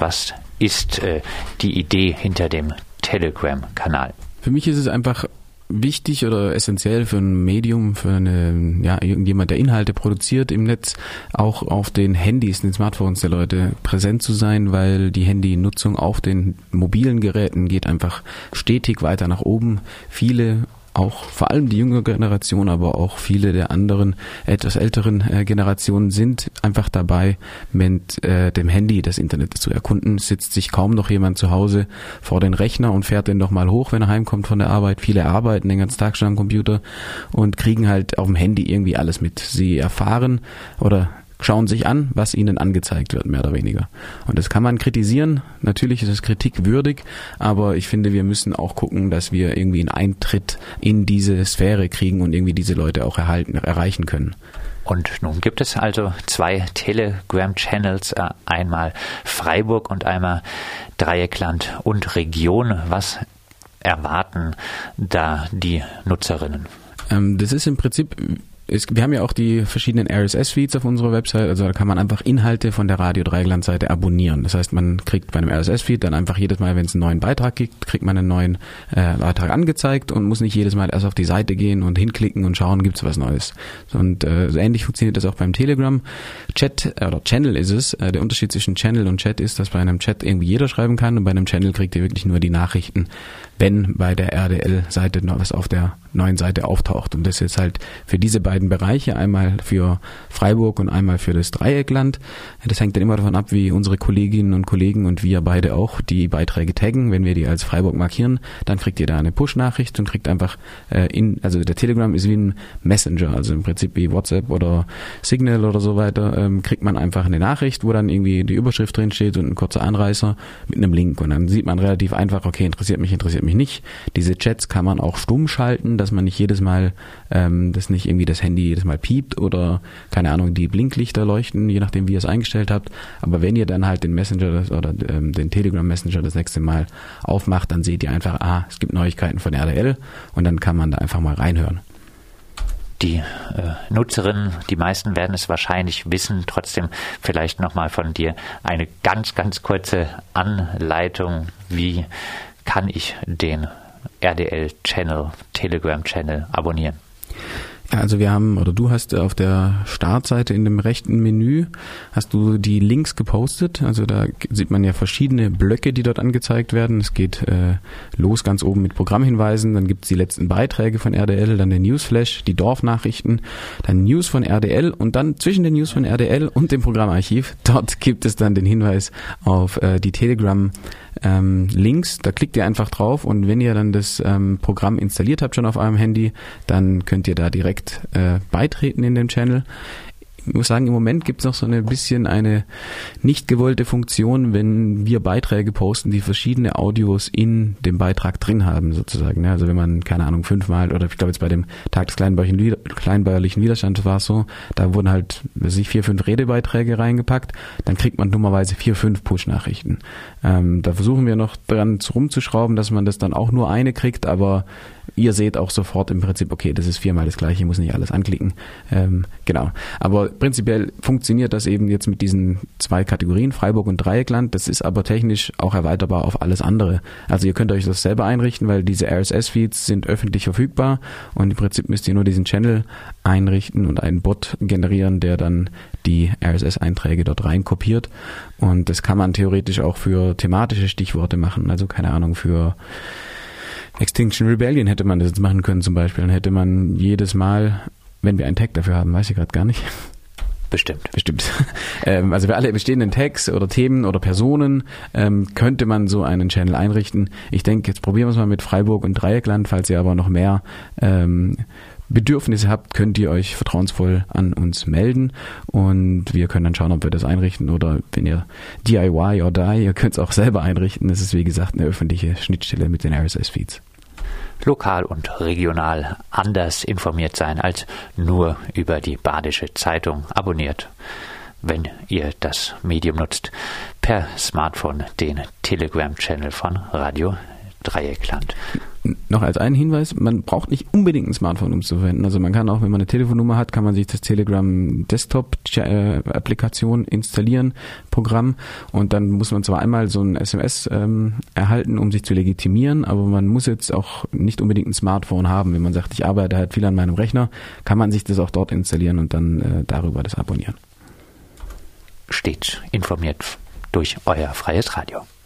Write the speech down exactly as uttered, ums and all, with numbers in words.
Was ist äh, die Idee hinter dem Telegram-Kanal? Für mich ist es einfach wichtig oder essentiell für ein Medium, für eine, ja, irgendjemand, der Inhalte produziert im Netz, auch auf den Handys, den Smartphones der Leute präsent zu sein, weil die Handynutzung auf den mobilen Geräten geht einfach stetig weiter nach oben. Viele, auch vor allem die jüngere Generation, aber auch viele der anderen etwas älteren äh, Generationen sind einfach dabei, mit äh, dem Handy das Internet zu erkunden. Sitzt sich kaum noch jemand zu Hause vor den Rechner und fährt den doch mal hoch, wenn er heimkommt von der Arbeit. Viele arbeiten den ganzen Tag schon am Computer und kriegen halt auf dem Handy irgendwie alles mit. Sie erfahren oder schauen sich an, was ihnen angezeigt wird, mehr oder weniger. Und das kann man kritisieren. Natürlich ist es kritikwürdig, aber ich finde, wir müssen auch gucken, dass wir irgendwie einen Eintritt in diese Sphäre kriegen und irgendwie diese Leute auch erhalten, erreichen können. Und nun gibt es also zwei Telegram-Channels, einmal Freiburg und einmal Dreieckland und Region. Was erwarten da die Nutzerinnen? Ähm, das ist im Prinzip... Es, wir haben ja auch die verschiedenen R S S-Feeds auf unserer Website, also da kann man einfach Inhalte von der Radio Dreieckland-Seite abonnieren. Das heißt, man kriegt bei einem R S S-Feed dann einfach jedes Mal, wenn es einen neuen Beitrag gibt, kriegt man einen neuen äh, Beitrag angezeigt und muss nicht jedes Mal erst auf die Seite gehen und hinklicken und schauen, gibt's was Neues. Und äh, so ähnlich funktioniert das auch beim Telegram. Chat äh, oder Channel ist es. Äh, der Unterschied zwischen Channel und Chat ist, dass bei einem Chat irgendwie jeder schreiben kann und bei einem Channel kriegt ihr wirklich nur die Nachrichten, wenn bei der R D L-Seite noch was auf der neuen Seite auftaucht. Und das ist jetzt halt für diese beiden Bereiche, einmal für Freiburg und einmal für das Dreieckland. Das hängt dann immer davon ab, wie unsere Kolleginnen und Kollegen und wir beide auch die Beiträge taggen. Wenn wir die als Freiburg markieren, dann kriegt ihr da eine Push-Nachricht und kriegt einfach äh, in, also der Telegram ist wie ein Messenger, also im Prinzip wie WhatsApp oder Signal oder so weiter, ähm, kriegt man einfach eine Nachricht, wo dann irgendwie die Überschrift drin steht und ein kurzer Anreißer mit einem Link. Und dann sieht man relativ einfach, okay, interessiert mich, interessiert mich nicht. Diese Chats kann man auch stumm schalten, dass man nicht jedes Mal, ähm, dass nicht irgendwie das Handy jedes Mal piept oder, keine Ahnung, die Blinklichter leuchten, je nachdem, wie ihr es eingestellt habt. Aber wenn ihr dann halt den Messenger das, oder ähm, den Telegram Messenger das nächste Mal aufmacht, dann seht ihr einfach, ah, es gibt Neuigkeiten von R D L und dann kann man da einfach mal reinhören. Die äh, Nutzerinnen, die meisten werden es wahrscheinlich wissen, trotzdem vielleicht nochmal von dir eine ganz, ganz kurze Anleitung, wie kann ich den R D L-Channel, Telegram-Channel abonnieren? Ja, also wir haben, oder du hast auf der Startseite in dem rechten Menü, hast du die Links gepostet. Also da sieht man ja verschiedene Blöcke, die dort angezeigt werden. Es geht äh, los ganz oben mit Programmhinweisen, dann gibt es die letzten Beiträge von R D L, dann den Newsflash, die Dorfnachrichten, dann News von R D L und dann zwischen den News von R D L und dem Programmarchiv, dort gibt es dann den Hinweis auf äh, die Telegram Ähm, Links, da klickt ihr einfach drauf und wenn ihr dann das ähm, Programm installiert habt schon auf eurem Handy, dann könnt ihr da direkt äh, beitreten in den Channel. Ich muss sagen, im Moment gibt es noch so ein bisschen eine nicht gewollte Funktion, wenn wir Beiträge posten, die verschiedene Audios in dem Beitrag drin haben, sozusagen. Also wenn man, keine Ahnung, fünfmal, oder ich glaube jetzt bei dem Tag des kleinbäuerlichen, kleinbäuerlichen Widerstands war es so, da wurden halt, weiß ich, vier, fünf Redebeiträge reingepackt, dann kriegt man dummerweise vier, fünf Push-Nachrichten. Ähm, da versuchen wir noch dran rumzuschrauben, dass man das dann auch nur eine kriegt, aber ihr seht auch sofort im Prinzip, okay, das ist viermal das Gleiche, ich muss nicht alles anklicken. Ähm, genau. Aber prinzipiell funktioniert das eben jetzt mit diesen zwei Kategorien, Freiburg und Dreieckland. Das ist aber technisch auch erweiterbar auf alles andere. Also ihr könnt euch das selber einrichten, weil diese R S S-Feeds sind öffentlich verfügbar und im Prinzip müsst ihr nur diesen Channel einrichten und einen Bot generieren, der dann die R S S-Einträge dort rein kopiert. Und das kann man theoretisch auch für thematische Stichworte machen. Also keine Ahnung, für Extinction Rebellion hätte man das jetzt machen können zum Beispiel. Dann hätte man jedes Mal, wenn wir einen Tag dafür haben, weiß ich gerade gar nicht. Bestimmt. Bestimmt. ähm, also für alle bestehenden Tags oder Themen oder Personen ähm, könnte man so einen Channel einrichten. Ich denke, jetzt probieren wir es mal mit Freiburg und Dreieckland. Falls ihr aber noch mehr ähm, Bedürfnisse habt, könnt ihr euch vertrauensvoll an uns melden und wir können dann schauen, ob wir das einrichten oder wenn ihr D I Y or die, ihr könnt es auch selber einrichten. Das ist wie gesagt eine öffentliche Schnittstelle mit den R S S-Feeds. Lokal und regional anders informiert sein als nur über die Badische Zeitung. Abonniert, wenn ihr das Medium nutzt, per Smartphone den Telegram-Channel von Radio Dreieckland. Noch als einen Hinweis, man braucht nicht unbedingt ein Smartphone, um es zu verwenden. Also man kann auch, wenn man eine Telefonnummer hat, kann man sich das Telegram Desktop Applikation installieren, Programm, und dann muss man zwar einmal so ein S M S ähm, erhalten, um sich zu legitimieren, aber man muss jetzt auch nicht unbedingt ein Smartphone haben. Wenn man sagt, ich arbeite halt viel an meinem Rechner, kann man sich das auch dort installieren und dann äh, darüber das abonnieren. Steht informiert durch euer freies Radio.